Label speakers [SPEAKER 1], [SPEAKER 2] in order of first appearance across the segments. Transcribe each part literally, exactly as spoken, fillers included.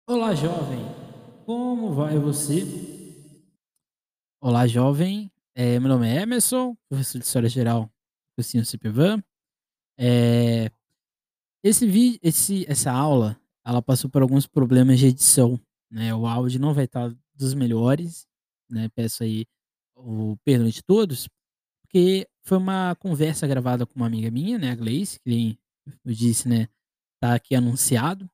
[SPEAKER 1] Olá, jovem. Como vai você? Olá, jovem. É, meu nome é Emerson, professor de História Geral do Cursinho CIPVAN. É, esse vídeo, esse, essa aula, ela passou por alguns problemas de edição, né? O áudio não vai estar dos melhores, né? Peço aí o perdão de todos, porque foi uma conversa gravada com uma amiga minha, né? A Gleice, que nem eu disse, né? Tá aqui anunciado.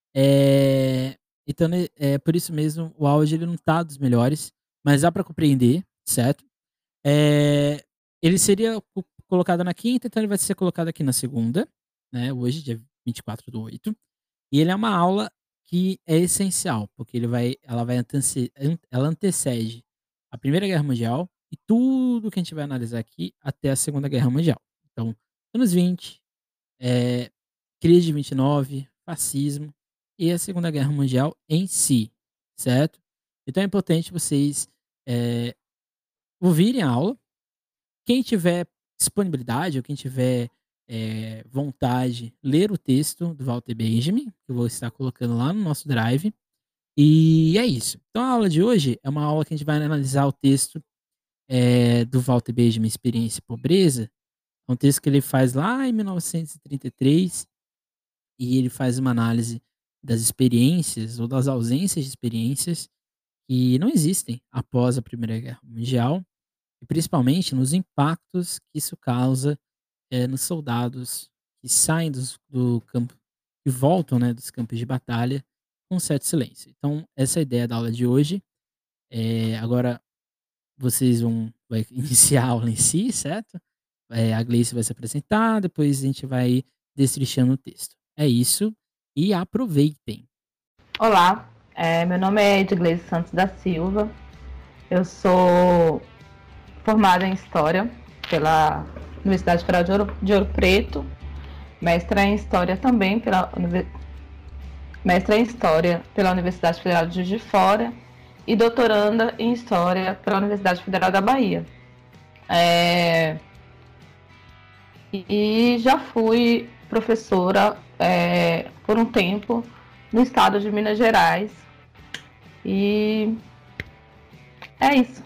[SPEAKER 1] É, então, né, é por isso mesmo, o áudio ele não tá dos melhores, mas dá para compreender, certo? É, ele seria co- colocado na quinta, então ele vai ser colocado aqui na segunda, né? Hoje, dia vinte e quatro do oito. E ele é uma aula que é essencial, porque ele vai, ela vai antece, an- ela antecede a Primeira Guerra Mundial e tudo que a gente vai analisar aqui até a Segunda Guerra Mundial. Então, anos vinte, é, crise de vinte e nove, fascismo e a Segunda Guerra Mundial em si, certo? Então é importante vocês é, ouvirem a aula. Quem tiver disponibilidade ou quem tiver é, vontade, ler o texto do Walter Benjamin, que eu vou estar colocando lá no nosso drive. E é isso. Então a aula de hoje é uma aula que a gente vai analisar o texto é, do Walter Benjamin, Experiência e Pobreza. É um texto que ele faz lá em mil novecentos e trinta e três e ele faz uma análise das experiências ou das ausências de experiências que não existem após a Primeira Guerra Mundial e principalmente nos impactos que isso causa eh, nos soldados que saem dos, do campo e voltam, né, dos campos de batalha com um certo silêncio. Então, essa é a ideia da aula de hoje. Eh, agora, vocês vão vai iniciar a aula em si, certo? Eh, a Gleice vai se apresentar, depois a gente vai destrinchando o texto. É isso e aproveitem.
[SPEAKER 2] Olá, é, meu nome é Edgley Santos da Silva, eu sou formada em História pela Universidade Federal de Ouro, de Ouro Preto, mestra em História também pela, mestra em História pela Universidade Federal de Juiz de Fora e doutoranda em História pela Universidade Federal da Bahia. É, e já fui professora é, por um tempo no estado de Minas Gerais e é isso.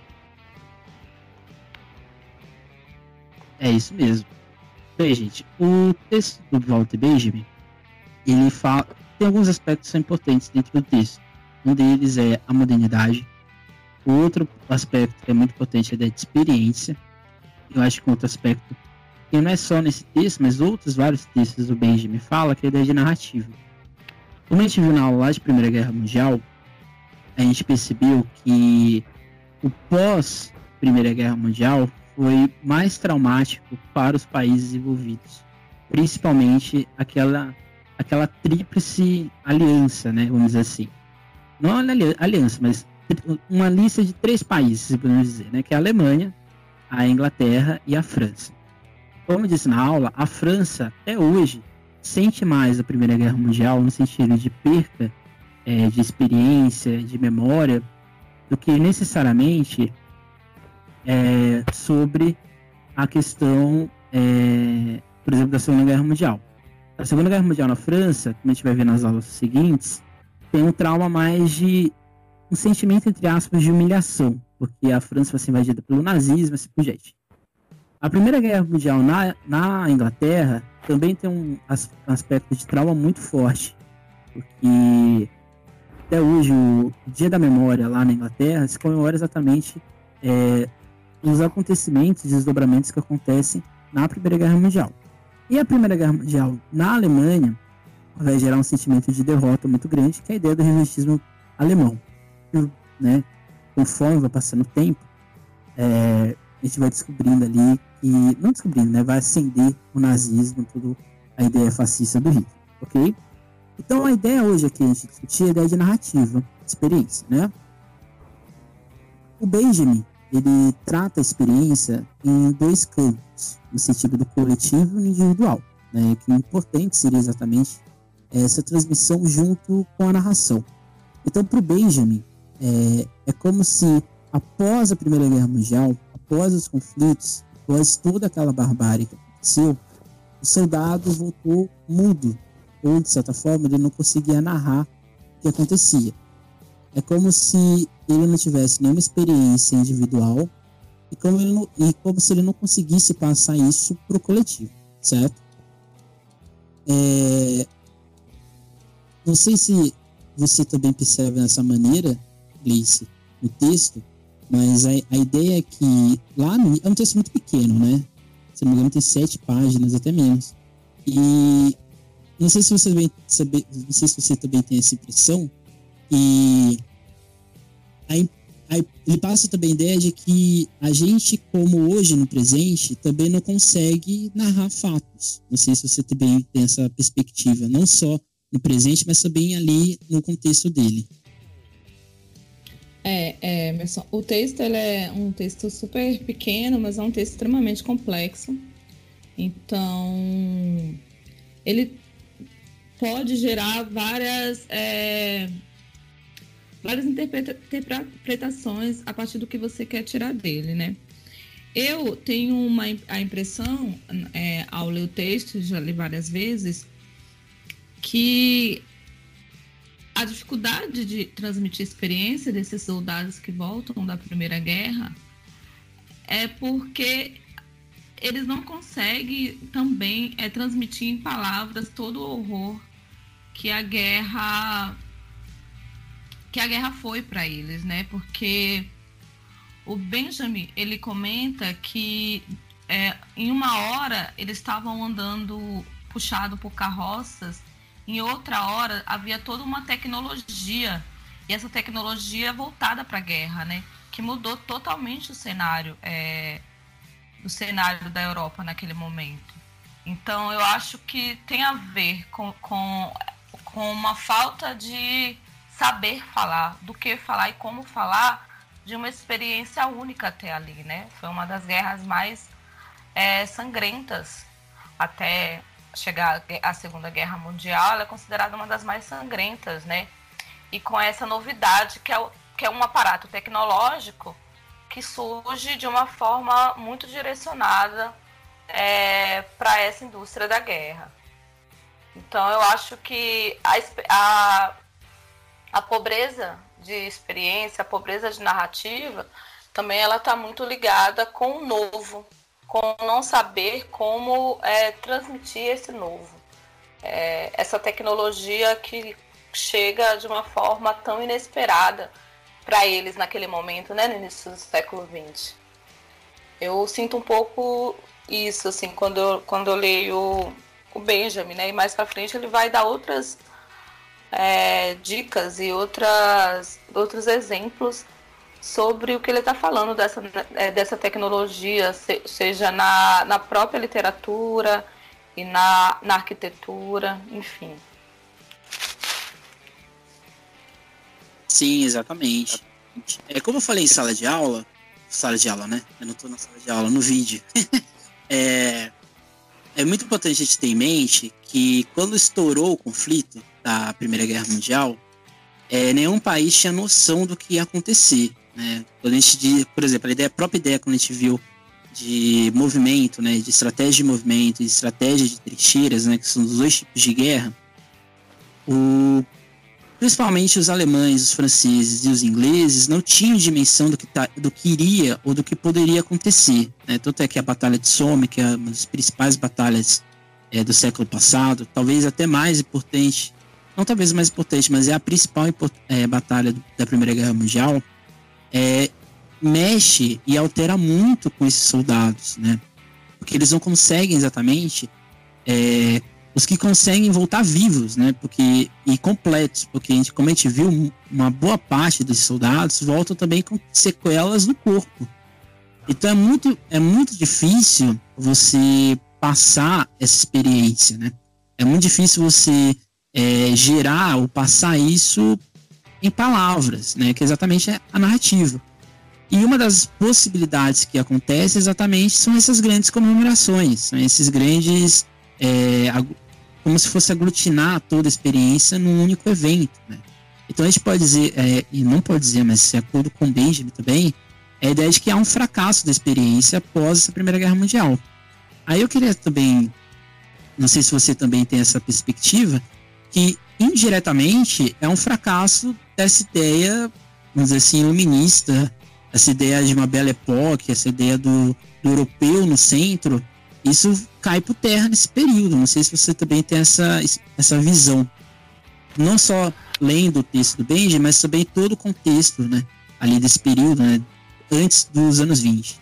[SPEAKER 1] É isso mesmo. Bem, gente, o texto do Walter Benjamin, ele fala, tem alguns aspectos que são importantes dentro do texto. Um deles é a modernidade. O outro aspecto que é muito importante é da experiência. Eu acho que um outro aspecto, que não é só nesse texto, mas outros vários textos do Benjamin fala, que é a ideia de narrativa. Como a gente viu na aula lá de Primeira Guerra Mundial, a gente percebeu que o pós Primeira Guerra Mundial foi mais traumático para os países envolvidos, principalmente aquela aquela tríplice aliança, né, vamos dizer assim. Não aliança, mas uma lista de três países, podemos dizer, né, que é a Alemanha, a Inglaterra e a França. Como eu disse na aula, a França até hoje sente mais a Primeira Guerra Mundial no sentido de perca é, de experiência, de memória, do que necessariamente é, sobre a questão, é, por exemplo, da Segunda Guerra Mundial. A Segunda Guerra Mundial na França, como a gente vai ver nas aulas seguintes, tem um trauma mais de um sentimento, entre aspas, de humilhação, porque a França vai ser invadida pelo nazismo, assim por diante. A Primeira Guerra Mundial na, na Inglaterra também tem um aspecto de trauma muito forte, porque até hoje o Dia da Memória lá na Inglaterra se comemora exatamente é, os acontecimentos e desdobramentos que acontecem na Primeira Guerra Mundial. E a Primeira Guerra Mundial na Alemanha vai gerar um sentimento de derrota muito grande, que é a ideia do revanchismo alemão. E, né, conforme vai passando o tempo, é, a gente vai descobrindo ali que, não descobrindo, né, vai acender o nazismo, tudo, a ideia fascista do Hitler, ok? Então a ideia hoje aqui a gente discutir é a ideia de narrativa, de experiência, né? O Benjamin, ele trata a experiência em dois campos, no sentido do coletivo e do individual, né? Que o importante seria exatamente essa transmissão junto com a narração. Então, para o Benjamin, é, é como se após a Primeira Guerra Mundial, após os conflitos, após toda aquela barbárie que aconteceu, o soldado voltou mudo, ou de certa forma ele não conseguia narrar que acontecia. É como se ele não tivesse nenhuma experiência individual e como, ele não, e como se ele não conseguisse passar isso para o coletivo, certo? É, não sei se você também percebe dessa maneira, Gleice, no texto, mas a, a ideia é que lá no, é um texto muito pequeno, né? Se não me engano, tem sete páginas, até menos. E não sei se você também, não sei se você também tem essa impressão, e aí, aí ele passa também a ideia de que a gente, como hoje no presente, também não consegue narrar fatos. Não sei se você também tem essa perspectiva, não só no presente, mas também ali no contexto dele.
[SPEAKER 2] É, é, Emerson, o texto ele é um texto super pequeno, mas é um texto extremamente complexo. Então, ele pode gerar várias, é, várias interpreta- interpretações a partir do que você quer tirar dele, né? Eu tenho uma, a impressão, é, ao ler o texto, já li várias vezes, que a dificuldade de transmitir experiência desses soldados que voltam da Primeira Guerra é porque eles não conseguem também é, transmitir em palavras todo o horror que a guerra que a guerra foi para eles, né? Porque o Benjamin, ele comenta que é, em uma hora eles estavam andando puxado por carroças, em outra hora havia toda uma tecnologia, e essa tecnologia voltada para a guerra, né? Que mudou totalmente o cenário é, o cenário da Europa naquele momento. Então, eu acho que tem a ver com, com, com uma falta de saber falar, do que falar e como falar, de uma experiência única até ali, né? Foi uma das guerras mais é, sangrentas até chegar à Segunda Guerra Mundial. Ela é considerada uma das mais sangrentas, né? E com essa novidade que é, que é um aparato tecnológico que surge de uma forma muito direcionada é, para essa indústria da guerra. Então, eu acho que a, a, a pobreza de experiência, a pobreza de narrativa, também ela está muito ligada com o novo, com não saber como é, transmitir esse novo. É, essa tecnologia que chega de uma forma tão inesperada para eles naquele momento, né, no início do século vinte. Eu sinto um pouco isso, assim, quando eu, quando eu leio o Benjamin, né, e mais para frente ele vai dar outras é, dicas e outras, outros exemplos sobre o que ele está falando dessa, dessa tecnologia, seja na, na própria literatura e na, na arquitetura, enfim.
[SPEAKER 1] Sim, exatamente. É, como eu falei em sala de aula, sala de aula, né? Eu não estou na sala de aula, no vídeo. é, é muito importante a gente ter em mente que quando estourou o conflito da Primeira Guerra Mundial, é, nenhum país tinha noção do que ia acontecer. Né? Quando a gente diz, por exemplo, a, ideia, a própria ideia quando a gente viu de movimento, né, de estratégia de movimento e estratégia de trincheiras, né, que são os dois tipos de guerra, o, principalmente os alemães, os franceses e os ingleses não tinham dimensão do que, tá, do que iria ou do que poderia acontecer. Né? Tanto é que a Batalha de Somme, que é uma das principais batalhas é, do século passado, talvez até mais importante, não talvez mais importante, mas é a principal é, batalha da Primeira Guerra Mundial, É, mexe e altera muito com esses soldados, né? Porque eles não conseguem exatamente é, os que conseguem voltar vivos, né? Porque, e completos, porque a gente, como a gente viu, uma boa parte dos soldados voltam também com sequelas no corpo. Então é muito, é muito difícil você passar essa experiência, né? É muito difícil você é, gerar ou passar isso em palavras, né, que é exatamente a narrativa. E uma das possibilidades que acontece exatamente são essas grandes comemorações, são esses grandes, é, como se fosse aglutinar toda a experiência num único evento. Né? Então a gente pode dizer, é, e não pode dizer, mas de acordo com Benjamin também, é a ideia de que há um fracasso da experiência após essa Primeira Guerra Mundial. Aí eu queria também, não sei se você também tem essa perspectiva, que indiretamente, é um fracasso dessa ideia, vamos dizer assim, iluminista, essa ideia de uma belle époque, essa ideia do, do europeu no centro. Isso cai por terra nesse período. Não sei se você também tem essa, essa visão. Não só lendo o texto do Benjamin, mas também todo o contexto, né, ali desse período, né, antes dos anos vinte.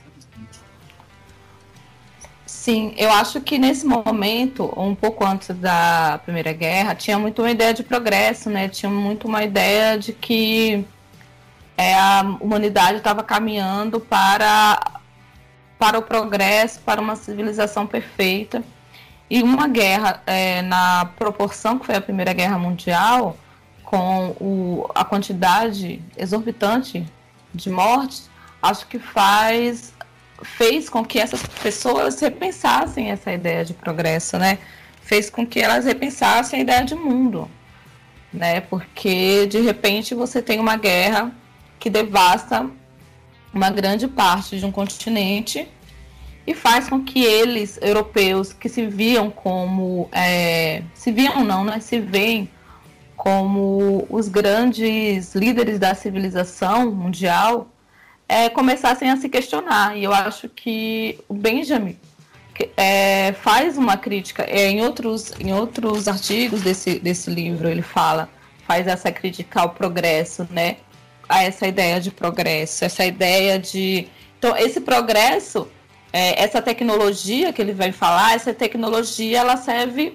[SPEAKER 2] Sim, eu acho que nesse momento, um pouco antes da Primeira Guerra, tinha muito uma ideia de progresso, né? Tinha muito uma ideia de que é, a humanidade estava caminhando para, para o progresso, para uma civilização perfeita. E uma guerra, é, na proporção que foi a Primeira Guerra Mundial, com o, a quantidade exorbitante de mortes, acho que faz... fez com que essas pessoas repensassem essa ideia de progresso, né? Fez com que elas repensassem a ideia de mundo, né? Porque, de repente, você tem uma guerra que devasta uma grande parte de um continente e faz com que eles, europeus, que se viam como... É, se viam não, né? Se veem como os grandes líderes da civilização mundial, É, começassem a se questionar. E eu acho que o Benjamin é, faz uma crítica, é, em, outros, em outros artigos desse, desse livro ele fala, faz essa crítica ao progresso, né? A essa ideia de progresso, essa ideia de... Então, esse progresso, é, essa tecnologia que ele vai falar, essa tecnologia, ela serve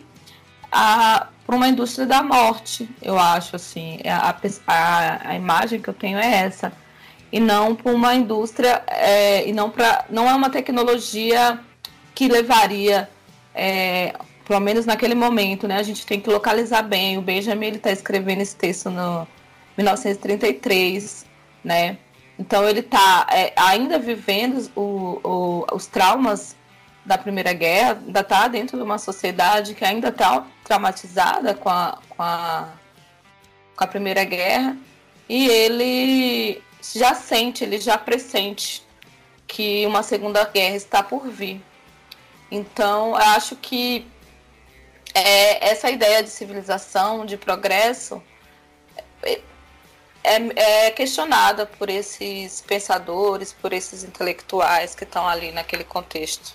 [SPEAKER 2] para uma indústria da morte, eu acho, assim. A, a, a imagem que eu tenho é essa. E não para uma indústria, é, e não para, não é uma tecnologia que levaria, é, pelo menos naquele momento, né? A gente tem que localizar bem. O Benjamin ele está escrevendo esse texto no mil novecentos e trinta e três, né? Então ele está é, ainda vivendo o, o, os traumas da Primeira Guerra, ainda está dentro de uma sociedade que ainda está traumatizada com a, com a, com a Primeira Guerra, e ele já sente, ele já pressente que uma segunda guerra está por vir. Então, eu acho que é, essa ideia de civilização, de progresso, é, é questionada por esses pensadores, por esses intelectuais que estão ali naquele contexto.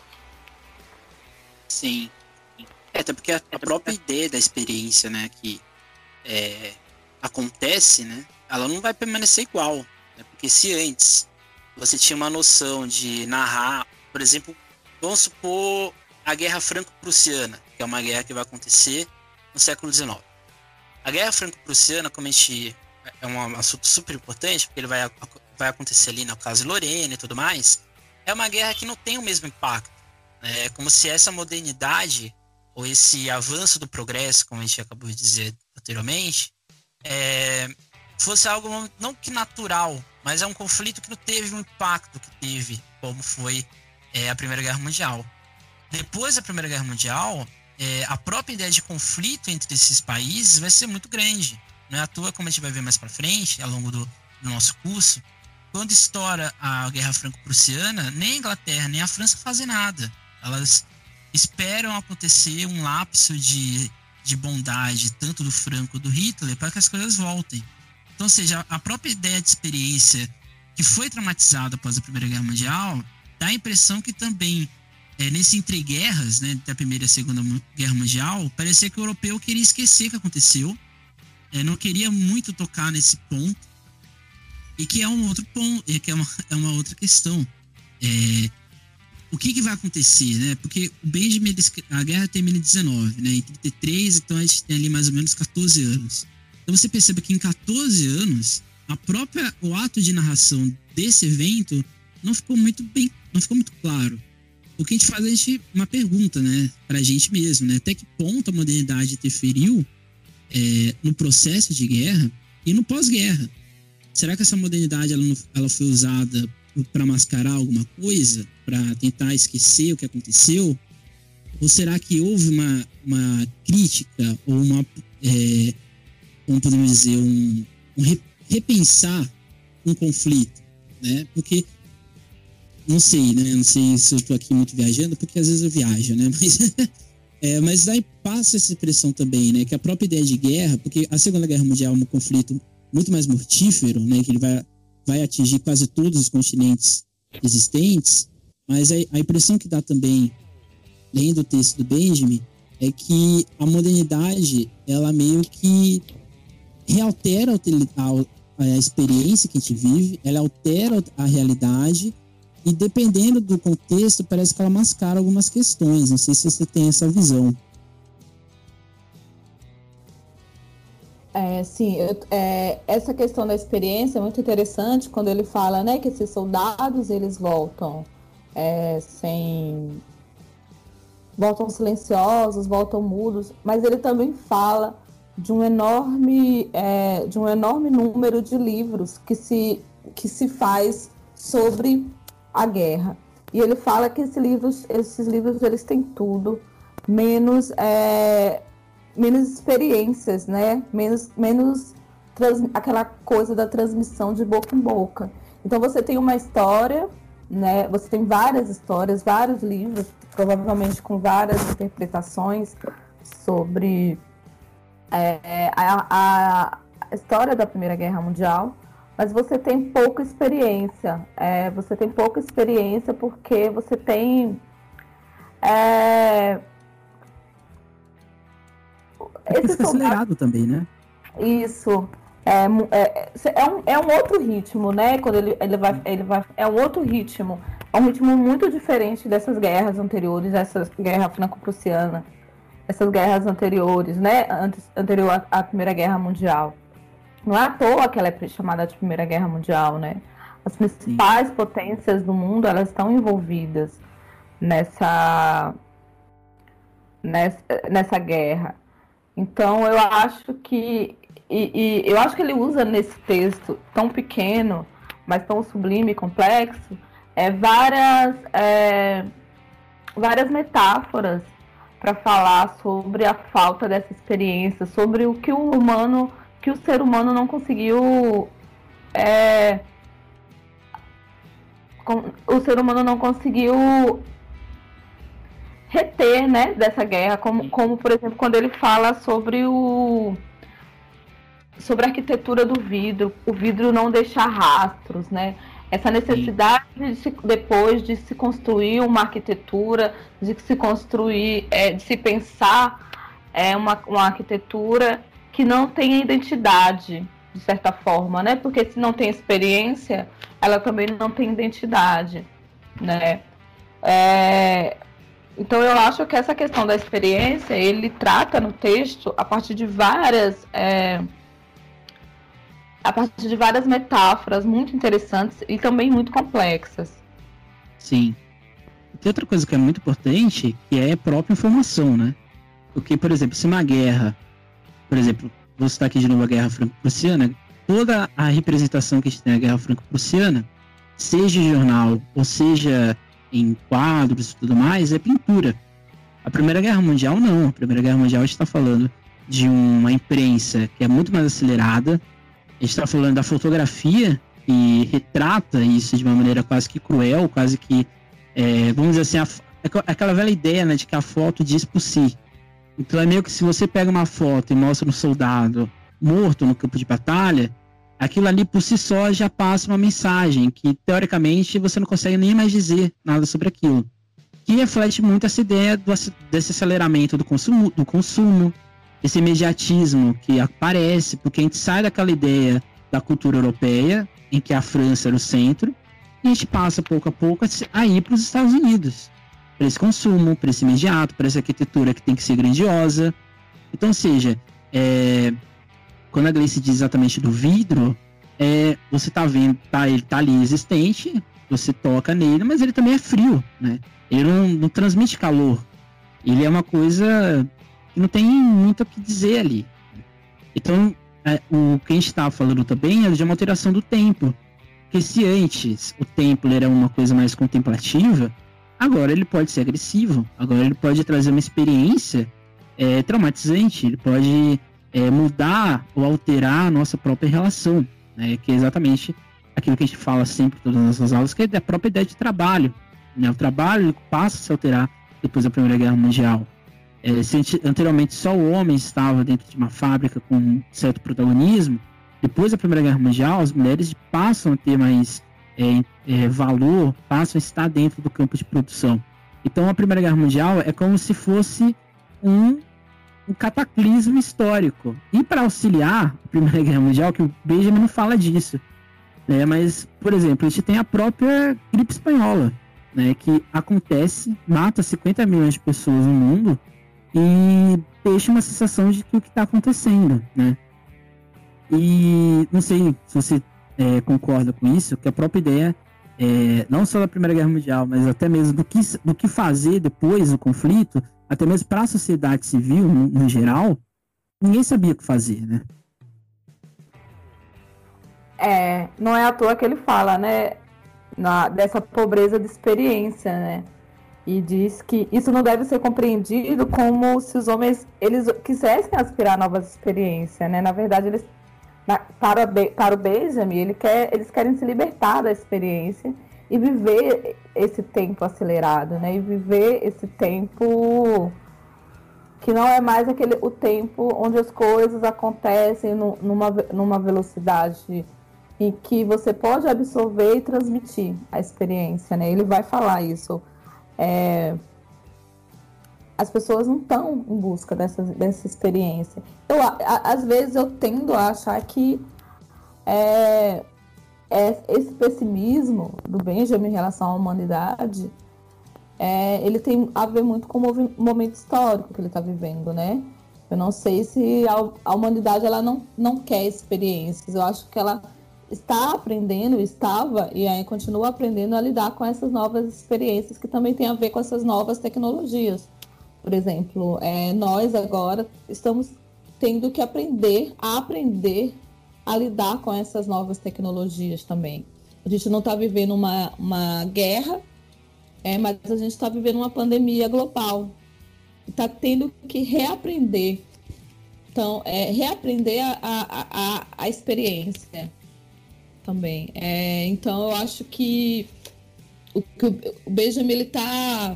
[SPEAKER 1] Sim. É, até porque a, a própria ideia da experiência, né, que é, acontece, né, ela não vai permanecer igual. Porque se antes você tinha uma noção de narrar, por exemplo, vamos supor a Guerra Franco-Prussiana, que é uma guerra que vai acontecer no século dezenove. A Guerra Franco-Prussiana, como a gente, é um assunto super importante, porque ele vai, vai acontecer ali no caso de Lorena e tudo mais, é uma guerra que não tem o mesmo impacto. É como se essa modernidade, ou esse avanço do progresso, como a gente acabou de dizer anteriormente, é... fosse algo não que natural, mas é um conflito que não teve o impacto que teve, como foi é, a Primeira Guerra Mundial. Depois da Primeira Guerra Mundial, é, a própria ideia de conflito entre esses países vai ser muito grande. Não é à toa, como a gente vai ver mais para frente, ao longo do, do nosso curso, quando estoura a Guerra Franco-Prussiana, nem a Inglaterra nem a França fazem nada. Elas esperam acontecer um lapso de, de bondade, tanto do Franco quanto do Hitler, para que as coisas voltem. Então, ou seja, a própria ideia de experiência que foi traumatizada após a Primeira Guerra Mundial dá a impressão que também, é, nesse entreguerras, né, da Primeira e Segunda Guerra Mundial, parecia que o europeu queria esquecer o que aconteceu, é, não queria muito tocar nesse ponto, e que é um outro ponto, é, que é uma, é uma outra questão. É, o que, que vai acontecer, né? Porque o Benjamin, a guerra termina em dezenove, né? Em trinta e três, então a gente tem ali mais ou menos catorze anos. Então você percebe que em catorze anos, a própria, o ato de narração desse evento não ficou muito bem, não ficou muito claro. O que a gente faz é a gente, uma pergunta, né, pra gente mesmo, né? Até que ponto a modernidade interferiu é, no processo de guerra e no pós-guerra? Será que essa modernidade ela, não, ela foi usada para mascarar alguma coisa, para tentar esquecer o que aconteceu? Ou será que houve uma, uma crítica ou uma é, como podemos dizer, um, um repensar um conflito, né? Porque, não sei, né? Não sei se eu estou aqui muito viajando, porque às vezes eu viajo, né? Mas É, mas aí passa essa impressão também, né? Que a própria ideia de guerra, porque a Segunda Guerra Mundial é um conflito muito mais mortífero, né? Que ele vai, vai atingir quase todos os continentes existentes, mas a, a impressão que dá também, lendo o texto do Benjamin, é que a modernidade, ela meio que realtera a, a experiência que a gente vive, ela altera a realidade, e dependendo do contexto, parece que ela mascara algumas questões. Não sei se você tem essa visão.
[SPEAKER 2] É, sim, eu, é, essa questão da experiência é muito interessante quando ele fala, né, que esses soldados, eles voltam é, sem... voltam silenciosos, voltam mudos, mas ele também fala de um enorme, é, de um enorme número de livros que se, que se faz sobre a guerra. E ele fala que esses livros, esses livros eles têm tudo, menos, é, menos experiências, né? Menos, menos trans, aquela coisa da transmissão de boca em boca. Então você tem uma história, né? Você tem várias histórias, vários livros, provavelmente com várias interpretações sobre é, a, a história da Primeira Guerra Mundial. Mas você tem pouca experiência. É, você tem pouca experiência porque você tem... É,
[SPEAKER 1] esse foi acelerado também, né?
[SPEAKER 2] Isso. É, é, é, um, é um outro ritmo, né? Quando ele, ele, vai, ele vai... É um outro ritmo. É um ritmo muito diferente dessas guerras anteriores, essa guerra franco-prussiana, essas guerras anteriores, né? Antes, anterior à, à Primeira Guerra Mundial. Não é à toa que ela é chamada de Primeira Guerra Mundial, né? As principais Sim. potências do mundo, elas estão envolvidas nessa, nessa, nessa guerra. Então, eu acho que... E, e eu acho que ele usa nesse texto tão pequeno, mas tão sublime e complexo, é, várias, é, várias metáforas para falar sobre a falta dessa experiência, sobre o que o humano... que o ser humano não conseguiu é, o ser humano não conseguiu reter, né, dessa guerra, como, como por exemplo quando ele fala sobre o sobre a arquitetura do vidro, o vidro não deixar rastros, né, essa necessidade de se, depois de se construir uma arquitetura, de se construir, é, de se pensar é, uma, uma arquitetura que não tenha identidade, de certa forma, né? Porque se não tem experiência, ela também não tem identidade, né? É... Então, eu acho que essa questão da experiência, ele trata no texto a partir de várias... É... a partir de várias metáforas muito interessantes e também muito complexas.
[SPEAKER 1] Sim. E tem outra coisa que é muito importante, que é a própria informação, né? Porque, por exemplo, se uma guerra... Por exemplo, vou citar aqui de novo a Guerra Franco-Prussiana. Toda a representação que a gente tem na Guerra Franco-Prussiana, seja em jornal ou seja em quadros e tudo mais, é pintura. A Primeira Guerra Mundial não. A Primeira Guerra Mundial a gente está falando de uma imprensa que é muito mais acelerada. A gente está falando da fotografia que retrata isso de uma maneira quase que cruel, quase que, é, vamos dizer assim, a, aquela velha ideia, né, de que a foto diz por si. Então é meio que se você pega uma foto e mostra um soldado morto no campo de batalha, aquilo ali por si só já passa uma mensagem que, teoricamente, você não consegue nem mais dizer nada sobre aquilo. Que reflete muito essa ideia do, desse aceleramento do consumo, do consumo, esse imediatismo que aparece, porque a gente sai daquela ideia da cultura europeia, em que a França era o centro, e a gente passa pouco a pouco a ir para os Estados Unidos. Para esse consumo, para esse imediato, para essa arquitetura que tem que ser grandiosa. Então, ou seja, é, quando a Gleice diz exatamente do vidro, é, você está vendo, tá, ele está ali existente, você toca nele, mas ele também é frio, né? Ele não, não transmite calor. Ele é uma coisa que não tem muito o que dizer ali. Então, é, o que a gente estava falando também é de uma alteração do tempo. Porque se antes o templo era uma coisa mais contemplativa, agora ele pode ser agressivo, agora ele pode trazer uma experiência é, traumatizante, ele pode é, mudar ou alterar a nossa própria relação, né, que é exatamente aquilo que a gente fala sempre em todas as nossas aulas, que é a própria ideia de trabalho. Né, o trabalho ele passa a se alterar depois da Primeira Guerra Mundial. É, se anteriormente só o homem estava dentro de uma fábrica com certo protagonismo, depois da Primeira Guerra Mundial, as mulheres passam a ter mais é, é, valor, passam a estar dentro do campo de produção. Então a Primeira Guerra Mundial é como se fosse um, um cataclismo histórico. E para auxiliar a Primeira Guerra Mundial, que o Benjamin não fala disso, né? Mas, por exemplo, a gente tem a própria gripe espanhola, né? Que acontece, mata cinquenta milhões de pessoas no mundo e deixa uma sensação de que o que está acontecendo, né? E não sei se você é, concorda com isso, que a própria ideia, é, não só da Primeira Guerra Mundial, mas até mesmo do que, do que fazer depois do conflito, até mesmo para a sociedade civil, no, no geral, ninguém sabia o que fazer, né?
[SPEAKER 2] É, não é à toa que ele fala, né, na, dessa pobreza de experiência, né? E diz que isso não deve ser compreendido como se os homens eles quisessem aspirar a novas experiências, né? Na verdade, eles, para, para o Benjamin, ele quer, eles querem se libertar da experiência e viver esse tempo acelerado, né? E viver esse tempo que não é mais aquele, o tempo onde as coisas acontecem no, numa, numa velocidade e que você pode absorver e transmitir a experiência, né? Ele vai falar isso. É, as pessoas não estão em busca dessa, dessa experiência. Eu, a, às vezes eu tendo a achar que é, é, esse pessimismo do Benjamin em relação à humanidade, é, ele tem a ver muito com o momento histórico que ele está vivendo, né? Eu não sei se a, a humanidade ela não, não quer experiências. Eu acho que ela está aprendendo, estava e aí continua aprendendo a lidar com essas novas experiências que também tem a ver com essas novas tecnologias. Por exemplo, é, nós agora estamos tendo que aprender a aprender a lidar com essas novas tecnologias também. A gente não está vivendo uma, uma guerra, é, mas a gente está vivendo uma pandemia global. Está tendo que reaprender. Então, é, reaprender a, a, a, a experiência também. É, então, eu acho que o, que o Benjamin ele está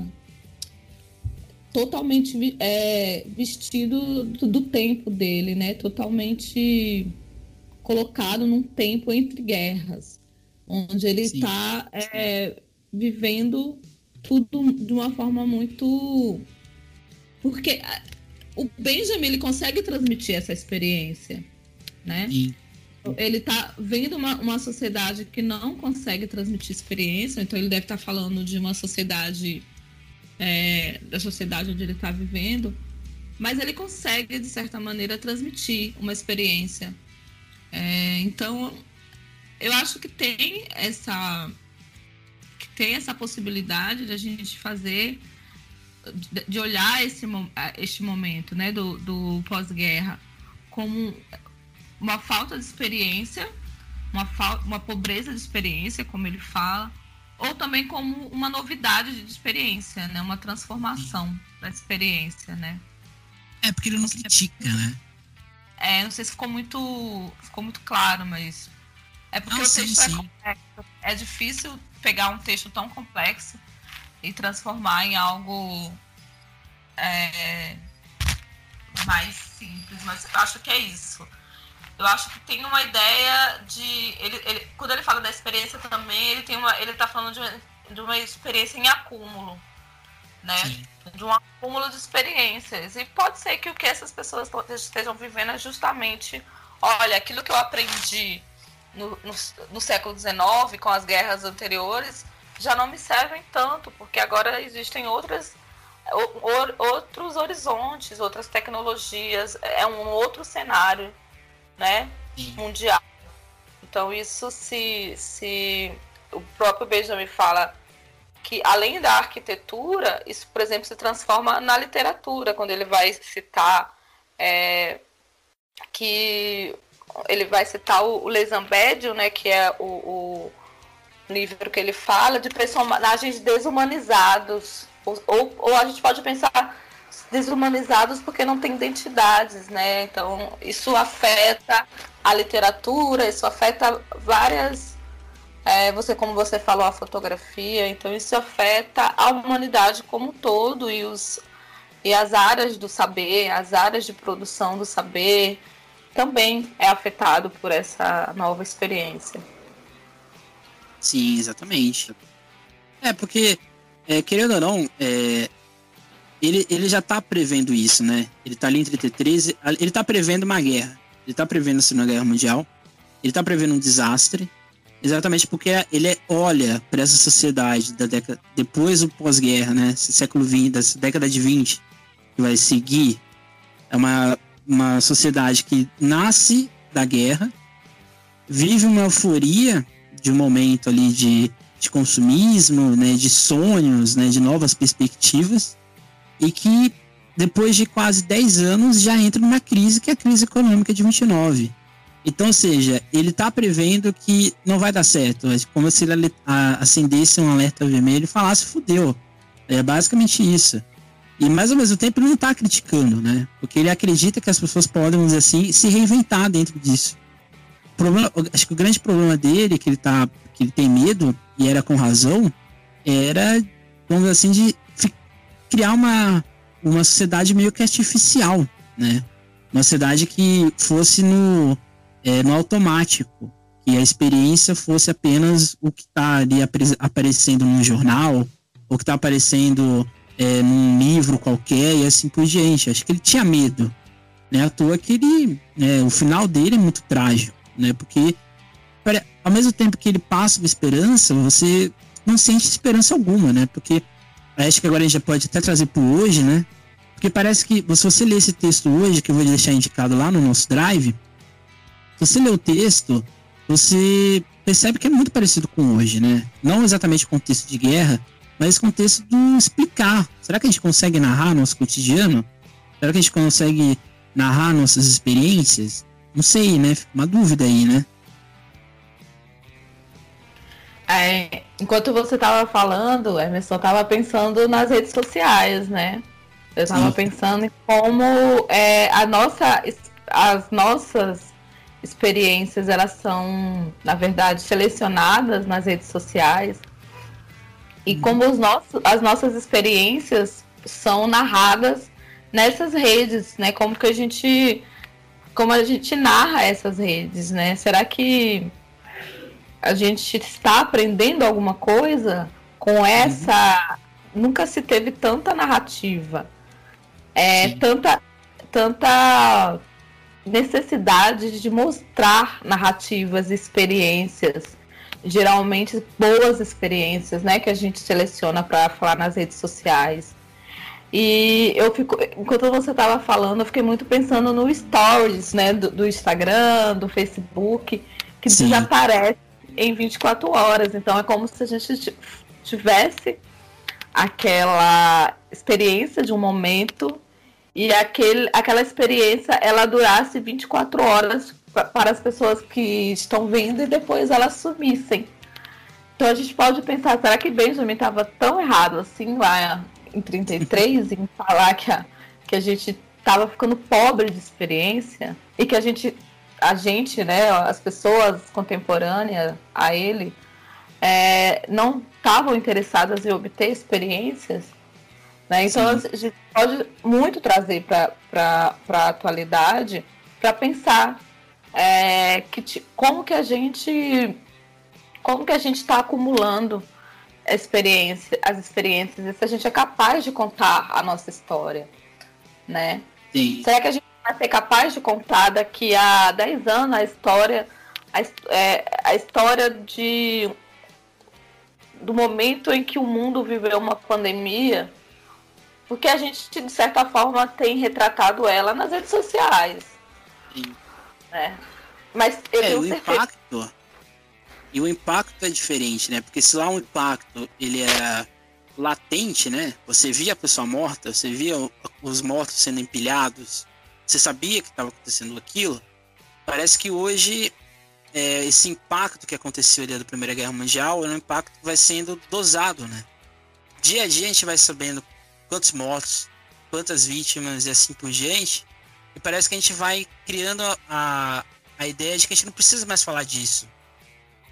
[SPEAKER 2] totalmente é, vestido do, do tempo dele, né? Totalmente colocado num tempo entre guerras, onde ele está é, vivendo tudo de uma forma muito... Porque o Benjamin ele consegue transmitir essa experiência, né? Sim. Ele está vendo uma, uma sociedade que não consegue transmitir experiência, então ele deve estar falando de uma sociedade, é, da sociedade onde ele está vivendo, mas ele consegue, de certa maneira, transmitir uma experiência. É, então, eu acho que tem essa, que tem essa possibilidade de a gente fazer, de, de olhar esse, este momento, né, do, do pós-guerra como uma falta de experiência, uma, fa- uma pobreza de experiência, como ele fala, ou também como uma novidade de experiência, né? Uma transformação da experiência, né?
[SPEAKER 3] É, porque ele não critica, né?
[SPEAKER 2] É, não sei se ficou muito, ficou muito claro, mas é porque
[SPEAKER 3] não,
[SPEAKER 2] o
[SPEAKER 3] sim,
[SPEAKER 2] texto
[SPEAKER 3] sim.
[SPEAKER 2] é complexo. É difícil pegar um texto tão complexo e transformar em algo é, mais simples, mas eu acho que é isso. Eu acho que tem uma ideia de... Ele, ele, quando ele fala da experiência também, ele tem uma, ele está falando de uma, de uma experiência em acúmulo, né? Sim. De um acúmulo de experiências. E pode ser que o que essas pessoas estejam vivendo é justamente... Olha, aquilo que eu aprendi no, no, no século dezenove, com as guerras anteriores, já não me servem tanto, porque agora existem outras, or, outros horizontes, outras tecnologias, é um outro cenário, né, mundial. Então isso se, se o próprio Benjamin fala que além da arquitetura, isso, por exemplo, se transforma na literatura, quando ele vai citar é, que ele vai citar o, o Les Ambédios, né, que é o, o livro que ele fala de personagens desumanizados, ou, ou, ou a gente pode pensar desumanizados porque não tem identidades, né? Então isso afeta a literatura, isso afeta várias, é, você como você falou, a fotografia, então isso afeta a humanidade como um todo e os, E as áreas do saber, as áreas de produção do saber, também é afetado por essa nova experiência.
[SPEAKER 1] Sim, exatamente. É, porque, é, querendo ou não, é, ele, ele já tá prevendo isso, né? Ele tá ali em trinta e três, ele tá prevendo uma guerra. Ele tá prevendo a Segunda Guerra Mundial. Ele tá prevendo um desastre. Exatamente porque ele é, olha para essa sociedade da década, depois do pós-guerra, né? Esse século vinte, da década de vinte, que vai seguir. É uma, uma sociedade que nasce da guerra, vive uma euforia de um momento ali de, de consumismo, né, de sonhos, né, de novas perspectivas, e que depois de quase dez anos já entra numa crise, que é a crise econômica de vinte e nove. Então, ou seja, ele está prevendo que não vai dar certo, é como se ele acendesse um alerta vermelho e falasse, fudeu. É basicamente isso. E, mas ao mesmo tempo, ele não está criticando, né? Porque ele acredita que as pessoas podem, vamos dizer assim, se reinventar dentro disso. O problema, acho que o grande problema dele, que ele, tá, que ele tem medo, e era com razão, era, vamos dizer assim, de criar uma, uma sociedade meio que artificial, né? Uma sociedade que fosse no, é, no automático, que a experiência fosse apenas o que está ali apre- aparecendo no jornal, ou que está aparecendo é, num livro qualquer, e assim por diante. Acho que ele tinha medo, né? À toa que ele, né, o final dele é muito trágico, né? Porque ao mesmo tempo que ele passa uma esperança, você não sente esperança alguma, né? Porque acho que agora a gente já pode até trazer para hoje, né? Porque parece que, se você ler esse texto hoje, que eu vou deixar indicado lá no nosso drive, se você ler o texto, você percebe que é muito parecido com hoje, né? Não exatamente o contexto de guerra, mas o contexto do explicar. Será que a gente consegue narrar nosso cotidiano? Será que a gente consegue narrar nossas experiências? Não sei, né? Fica uma dúvida aí, né?
[SPEAKER 2] É, enquanto você estava falando, Emerson, estava pensando nas redes sociais, né? Eu estava pensando em como é, a nossa, as nossas experiências, elas são, na verdade, selecionadas nas redes sociais. E como os nossos, as nossas experiências são narradas nessas redes, né? Como que a gente, como a gente narra essas redes, né? Será que a gente está aprendendo alguma coisa com essa... Uhum. Nunca se teve tanta narrativa, é, tanta, tanta necessidade de mostrar narrativas, experiências, geralmente boas experiências, né, que a gente seleciona para falar nas redes sociais. E eu fico, enquanto você estava falando, eu fiquei muito pensando no stories, né, do, do Instagram, do Facebook, que Sim. já aparece em vinte e quatro horas. Então é como se a gente tivesse aquela experiência de um momento e aquele, aquela experiência ela durasse vinte e quatro horas para as pessoas que estão vendo e depois elas sumissem. Então a gente pode pensar, será que Benjamin estava tão errado assim lá em trinta e três em falar que a, que a gente estava ficando pobre de experiência e que a gente, a gente, né, as pessoas contemporâneas a ele é, não estavam interessadas em obter experiências, né? Então Sim. a gente pode muito trazer para a atualidade para pensar é, que, como que a gente como que a gente está acumulando experiência, as experiências, e se a gente é capaz de contar a nossa história, né?
[SPEAKER 1] Sim.
[SPEAKER 2] Será que a gente vai ser capaz de contar daqui a dez anos a história, a, é, a história de, do momento em que o mundo viveu uma pandemia? Porque a gente, de certa forma, tem retratado ela nas redes sociais.
[SPEAKER 1] Sim.
[SPEAKER 2] Né? Mas eu
[SPEAKER 1] é,
[SPEAKER 2] tenho
[SPEAKER 1] o
[SPEAKER 2] certeza...
[SPEAKER 1] impacto... E o impacto é diferente, né? Porque se lá o impacto, ele era latente, né? Você via a pessoa morta, você via os mortos sendo empilhados, você sabia que estava acontecendo aquilo. Parece que hoje, é, esse impacto que aconteceu ali da Primeira Guerra Mundial é um impacto que vai sendo dosado, né? Dia a dia a gente vai sabendo quantos mortos, quantas vítimas e assim por diante. E parece que a gente vai criando a, a ideia de que a gente não precisa mais falar disso.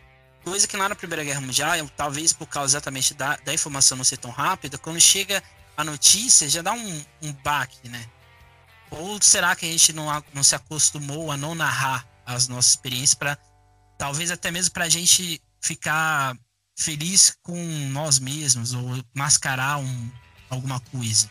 [SPEAKER 1] Coisa que lá na Primeira Guerra Mundial, talvez por causa exatamente da, da informação não ser tão rápida, quando chega
[SPEAKER 3] a notícia já dá um, um baque, né? Ou será que a gente não, não se acostumou a não narrar as nossas experiências para talvez até mesmo para a gente ficar feliz com nós mesmos ou mascarar um, alguma coisa?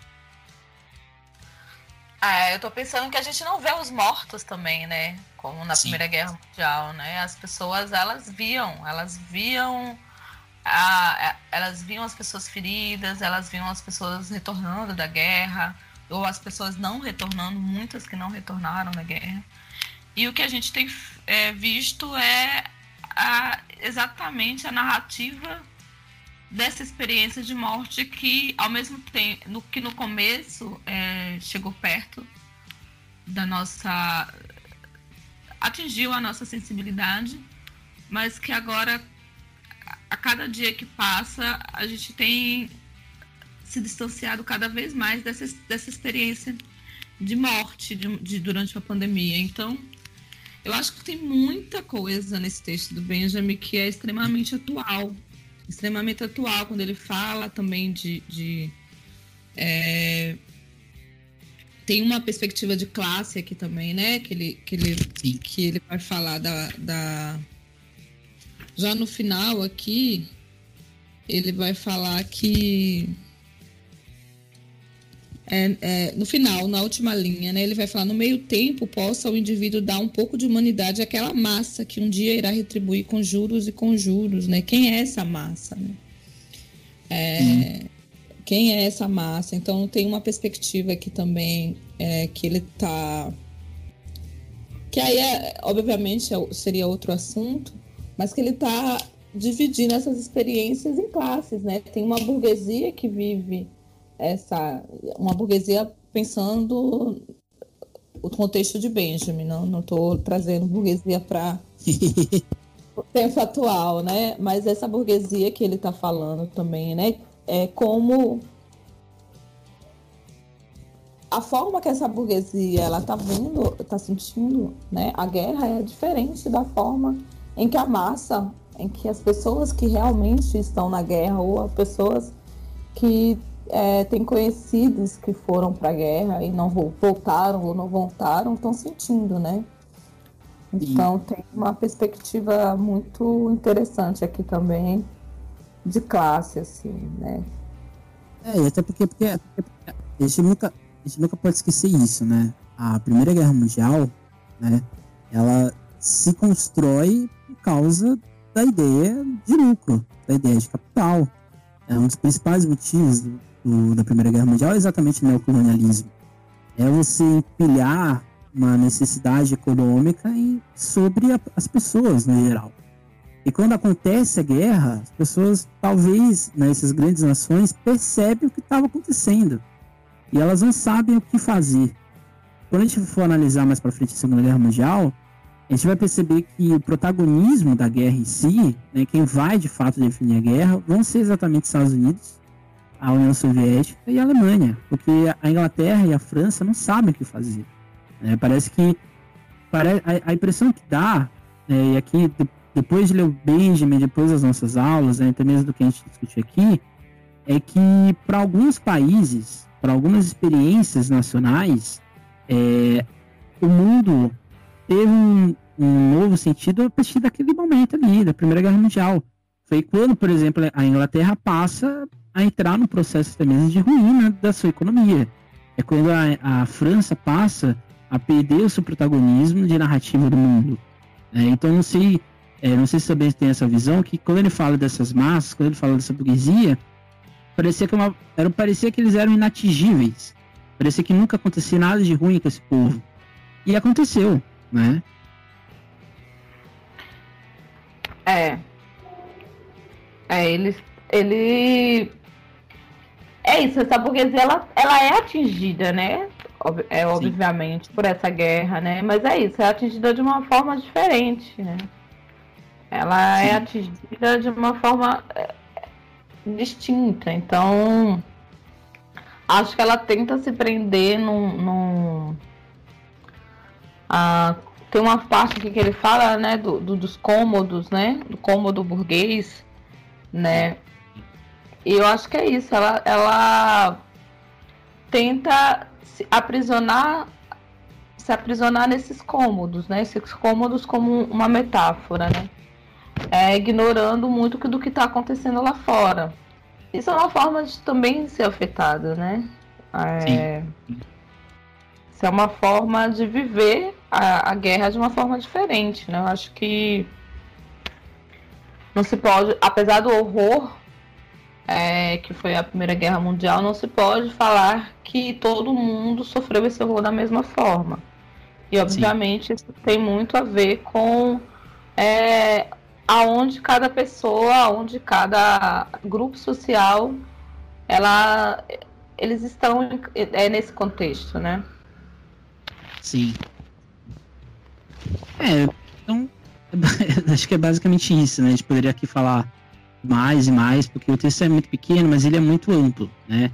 [SPEAKER 2] É, eu tô pensando que a gente não vê os mortos também, né? Como na
[SPEAKER 3] Sim.
[SPEAKER 2] Primeira Guerra Mundial, né? As pessoas, elas viam, elas viam, a, elas viam as pessoas feridas, elas viam as pessoas retornando da guerra, ou as pessoas não retornando, muitas que não retornaram da guerra. E o que a gente tem é, visto é a, exatamente a narrativa dessa experiência de morte que, ao mesmo tempo, no, que no começo é, chegou perto da nossa... atingiu a nossa sensibilidade, mas que agora, a cada dia que passa, a gente tem se distanciado cada vez mais dessa, dessa experiência de morte de, de, durante a pandemia. Então, eu acho que tem muita coisa nesse texto do Benjamin que é extremamente atual. Extremamente atual, quando ele fala também de... de é, tem uma perspectiva de classe aqui também, né? Que ele, que ele, que ele vai falar da, da... Já no final aqui, ele vai falar que... É, é, no final, na última linha, né, ele vai falar: no meio tempo possa o indivíduo dar um pouco de humanidade àquela massa que um dia irá retribuir com juros e com juros, né? Quem é essa massa, né? É, hum. Quem é essa massa? Então tem uma perspectiva aqui também é, que ele tá, que aí é, obviamente seria outro assunto, mas que ele tá dividindo essas experiências em classes, né? Tem uma burguesia que vive essa, uma burguesia pensando o contexto de Benjamin, não estou trazendo burguesia para o tempo atual, né? Mas essa burguesia que ele está falando também, né? É como a forma que essa burguesia ela está vendo, está sentindo, né? A guerra é diferente da forma em que a massa, em que as pessoas que realmente estão na guerra ou as pessoas que É, tem conhecidos que foram para a guerra e não voltaram ou não voltaram, estão sentindo, né? Então Sim. Tem uma perspectiva muito interessante aqui também de classe, assim, né?
[SPEAKER 1] É, e até porque, porque, porque a, gente nunca, a gente nunca pode esquecer isso, né? A Primeira Guerra Mundial, né? Ela se constrói por causa da ideia de lucro, da ideia de capital. É um dos principais motivos do, do, da Primeira Guerra Mundial é exatamente o neocolonialismo. É você empilhar uma necessidade econômica em, sobre a, as pessoas, no geral. E quando acontece a guerra, as pessoas, talvez, nessas grandes nações, percebem o que estava acontecendo. E elas não sabem o que fazer. Quando a gente for analisar mais para frente a Segunda Guerra Mundial, a gente vai perceber que o protagonismo da guerra em si, né, quem vai de fato definir a guerra, vão ser exatamente os Estados Unidos, a União Soviética e a Alemanha, porque a Inglaterra e a França não sabem o que fazer. Né? Parece que pare, a, a impressão que dá, né, e aqui de, depois de ler o Benjamin, depois das nossas aulas, né, até mesmo do que a gente discutiu aqui, é que para alguns países, para algumas experiências nacionais, é, o mundo teve um, um novo sentido a partir daquele momento ali, da Primeira Guerra Mundial. Foi quando, por exemplo, a Inglaterra passa a entrar no processo também de ruína da sua economia. É quando a, a França passa a perder o seu protagonismo de narrativa do mundo. É, então, não sei, é, não sei se também tem essa visão, que quando ele fala dessas massas, quando ele fala dessa burguesia, parecia que, uma, era, parecia que eles eram inatingíveis. Parecia que nunca acontecia nada de ruim com esse povo. E aconteceu. Né?
[SPEAKER 2] É. É, ele, ele... É isso, essa burguesia, ela, ela é atingida, né? Ob, é, obviamente, por essa guerra, né? Mas é isso, é atingida de uma forma diferente, né? Ela Sim. é atingida de uma forma é, distinta. Então, acho que ela tenta se prender num... num Ah, tem uma parte aqui que ele fala, né, do, do, dos cômodos, né, do cômodo burguês, né, e eu acho que é isso, ela, ela tenta se aprisionar, se aprisionar nesses cômodos, né? Esses cômodos como uma metáfora, né? É, ignorando muito do que está acontecendo lá fora. Isso é uma forma de também ser afetado, né? É, isso é uma forma de viver a, a guerra de uma forma diferente, né? Eu acho que não se pode, apesar do horror é, que foi a Primeira Guerra Mundial, não se pode falar que todo mundo sofreu esse horror da mesma forma. E, obviamente, Sim. isso tem muito a ver com é, aonde cada pessoa, aonde cada grupo social, ela, eles estão é, nesse contexto, né?
[SPEAKER 1] Sim. É, então, acho que é basicamente isso, né? A gente poderia aqui falar mais e mais, porque o texto é muito pequeno, mas ele é muito amplo, né?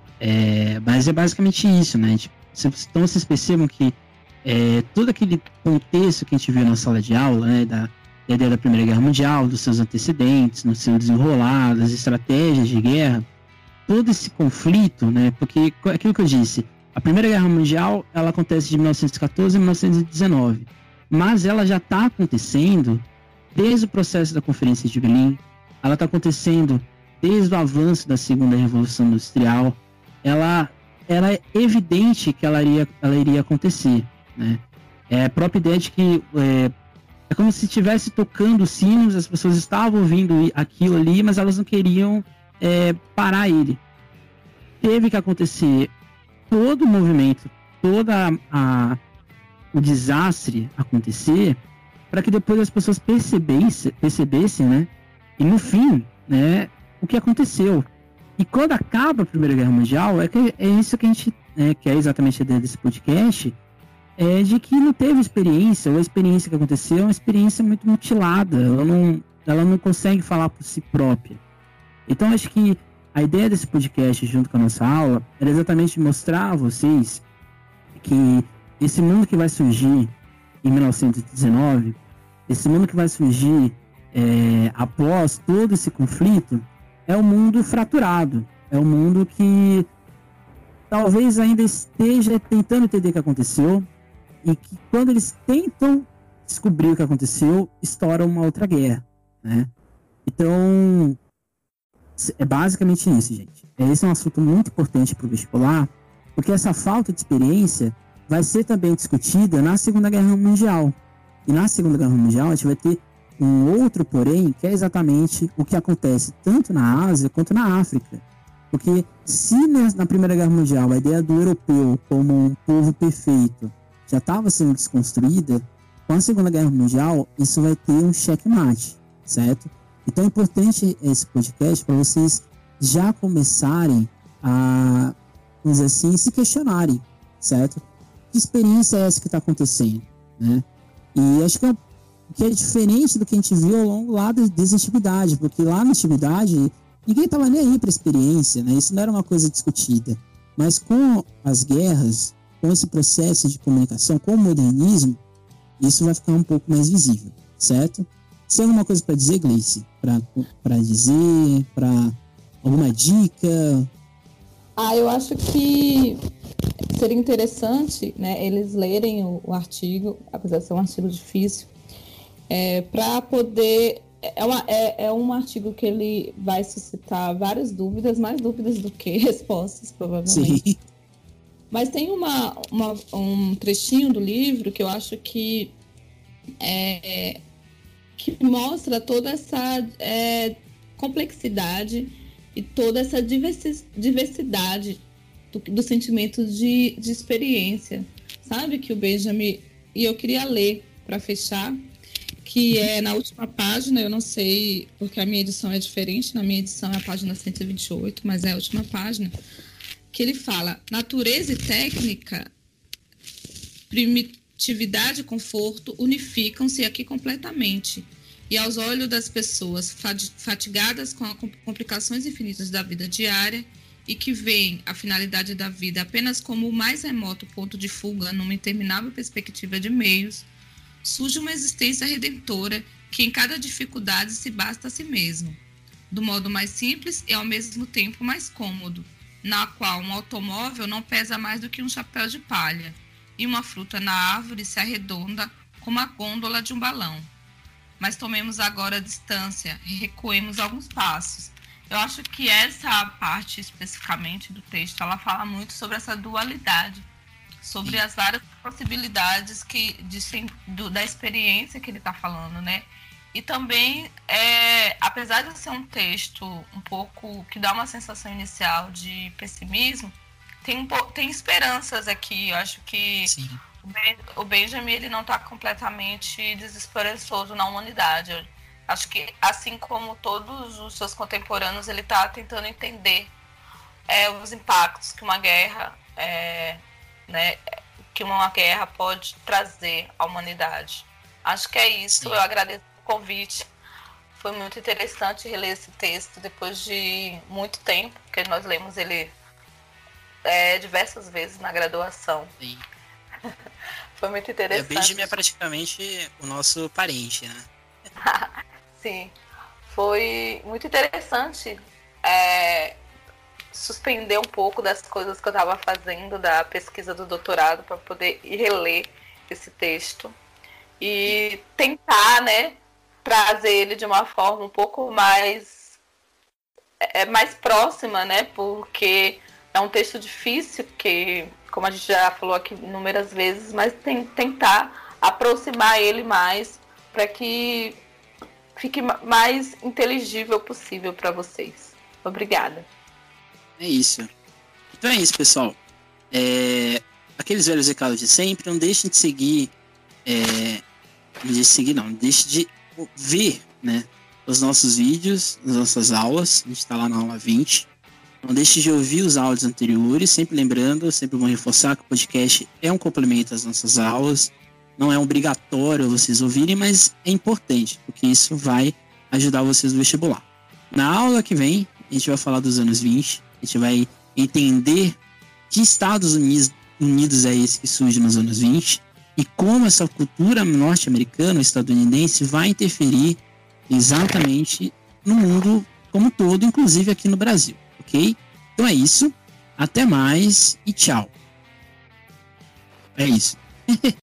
[SPEAKER 1] É, mas é basicamente isso, né? Gente, então vocês percebam que é, todo aquele contexto que a gente viu na sala de aula, né? Da, da ideia da Primeira Guerra Mundial, dos seus antecedentes, no seu desenrolar, das estratégias de guerra, todo esse conflito, né? Porque aquilo que eu disse, a Primeira Guerra Mundial, ela acontece de mil novecentos e quatorze a mil novecentos e dezenove, mas ela já está acontecendo desde o processo da Conferência de Berlim, ela está acontecendo desde o avanço da Segunda Revolução Industrial, ela era evidente que ela iria, ela iria acontecer, né? É a própria ideia de que é, é como se estivesse tocando sinos, as pessoas estavam ouvindo aquilo ali, mas elas não queriam é, parar ele. Teve que acontecer todo o movimento, toda a, a o desastre acontecer, para que depois as pessoas percebessem, percebessem, né? E no fim, né? O que aconteceu. E quando acaba a Primeira Guerra Mundial, é, que, é isso que a gente, né, que é exatamente a ideia desse podcast, é de que não teve experiência, ou a experiência que aconteceu é uma experiência muito mutilada, ela não, ela não consegue falar por si própria. Então acho que a ideia desse podcast, junto com a nossa aula, era exatamente mostrar a vocês que esse mundo que vai surgir em mil novecentos e dezenove, esse mundo que vai surgir é, após todo esse conflito, é um mundo fraturado, é um mundo que talvez ainda esteja tentando entender o que aconteceu, e que quando eles tentam descobrir o que aconteceu, estoura uma outra guerra, né? Então, é basicamente isso, gente. Esse é um assunto muito importante para o vestibular, porque essa falta de experiência vai ser também discutida na Segunda Guerra Mundial. E na Segunda Guerra Mundial a gente vai ter um outro porém, que é exatamente o que acontece tanto na Ásia quanto na África. Porque se na Primeira Guerra Mundial a ideia do europeu como um povo perfeito já estava sendo desconstruída, com a Segunda Guerra Mundial isso vai ter um checkmate, certo? Então é importante esse podcast para vocês já começarem a, vamos dizer assim, se questionarem, certo? Que experiência é essa que está acontecendo, né? E acho que é, que é diferente do que a gente viu ao longo lá da, da antiguidade, porque lá na antiguidade ninguém estava nem aí para a experiência, né? Isso não era uma coisa discutida. Mas com as guerras, com esse processo de comunicação, com o modernismo, isso vai ficar um pouco mais visível, certo? Você tem alguma coisa para dizer, Gleice? Para dizer, para alguma dica?
[SPEAKER 2] Ah, eu acho que seria interessante, né, eles lerem o, o artigo, apesar de ser um artigo difícil, é, para poder... É, uma, é, é um artigo que ele vai suscitar várias dúvidas, mais dúvidas do que respostas, provavelmente. Sim. Mas tem uma, uma, um trechinho do livro que eu acho que, é, que mostra toda essa é, complexidade e toda essa diversi- diversidade do, do sentimento de, de experiência, sabe? Que o Benjamin... E eu queria ler para fechar, que é na última página, eu não sei, porque a minha edição é diferente, na minha edição é a página cento e vinte e oito, mas é a última página, que ele fala: natureza e técnica, primitividade e conforto unificam-se aqui completamente. E aos olhos das pessoas fatigadas com as complicações infinitas da vida diária e que veem a finalidade da vida apenas como o mais remoto ponto de fuga numa interminável perspectiva de meios, surge uma existência redentora que em cada dificuldade se basta a si mesmo, do modo mais simples e ao mesmo tempo mais cômodo,
[SPEAKER 4] na qual um automóvel não pesa mais do que um chapéu de palha, e uma fruta na árvore se arredonda como a gôndola de um balão. Mas tomemos agora a distância e recuemos alguns passos. Eu acho que essa parte especificamente do texto, ela fala muito sobre essa dualidade, sobre as várias possibilidades que, de, do, da experiência que ele está falando, né? E também, é, apesar de ser um texto um pouco que dá uma sensação inicial de pessimismo, tem, um, tem esperanças aqui. Eu acho que
[SPEAKER 3] Sim.
[SPEAKER 4] o, ben, o Benjamin ele não está completamente desesperançoso na humanidade. Eu acho que, assim como todos os seus contemporâneos, ele está tentando entender é, os impactos que uma guerra, é, né, que uma guerra pode trazer à humanidade. Acho que é isso. Sim. Eu agradeço convite. Foi muito interessante reler esse texto depois de muito tempo, porque nós lemos ele é, diversas vezes na graduação.
[SPEAKER 3] Sim.
[SPEAKER 4] Foi muito interessante.
[SPEAKER 3] E a Benjamin é praticamente o nosso parente, né?
[SPEAKER 4] Sim. Foi muito interessante é, suspender um pouco das coisas que eu estava fazendo, da pesquisa do doutorado, para poder ir reler esse texto e tentar, né, trazer ele de uma forma um pouco mais é, mais próxima, né? Porque é um texto difícil, que, como a gente já falou aqui inúmeras vezes, mas tem, tentar aproximar ele mais para que fique mais inteligível possível para vocês. Obrigada.
[SPEAKER 1] É isso. Então é isso, pessoal. É... Aqueles velhos recados de sempre, não deixem de seguir. É... Não deixe de seguir, não. Não deixe de ver, né, os nossos vídeos, as nossas aulas. A gente está lá na aula vinte. Não deixe de ouvir os áudios anteriores, sempre lembrando, sempre vou reforçar que o podcast é um complemento às nossas aulas. Não é obrigatório vocês ouvirem, mas é importante, porque isso vai ajudar vocês no vestibular. Na aula que vem, a gente vai falar dos anos vinte, a gente vai entender que Estados Unidos, Unidos é esse que surge nos anos vinte, e como essa cultura norte-americana, estadunidense, vai interferir exatamente no mundo como um todo, inclusive aqui no Brasil, ok? Então é isso, até mais e tchau. É isso.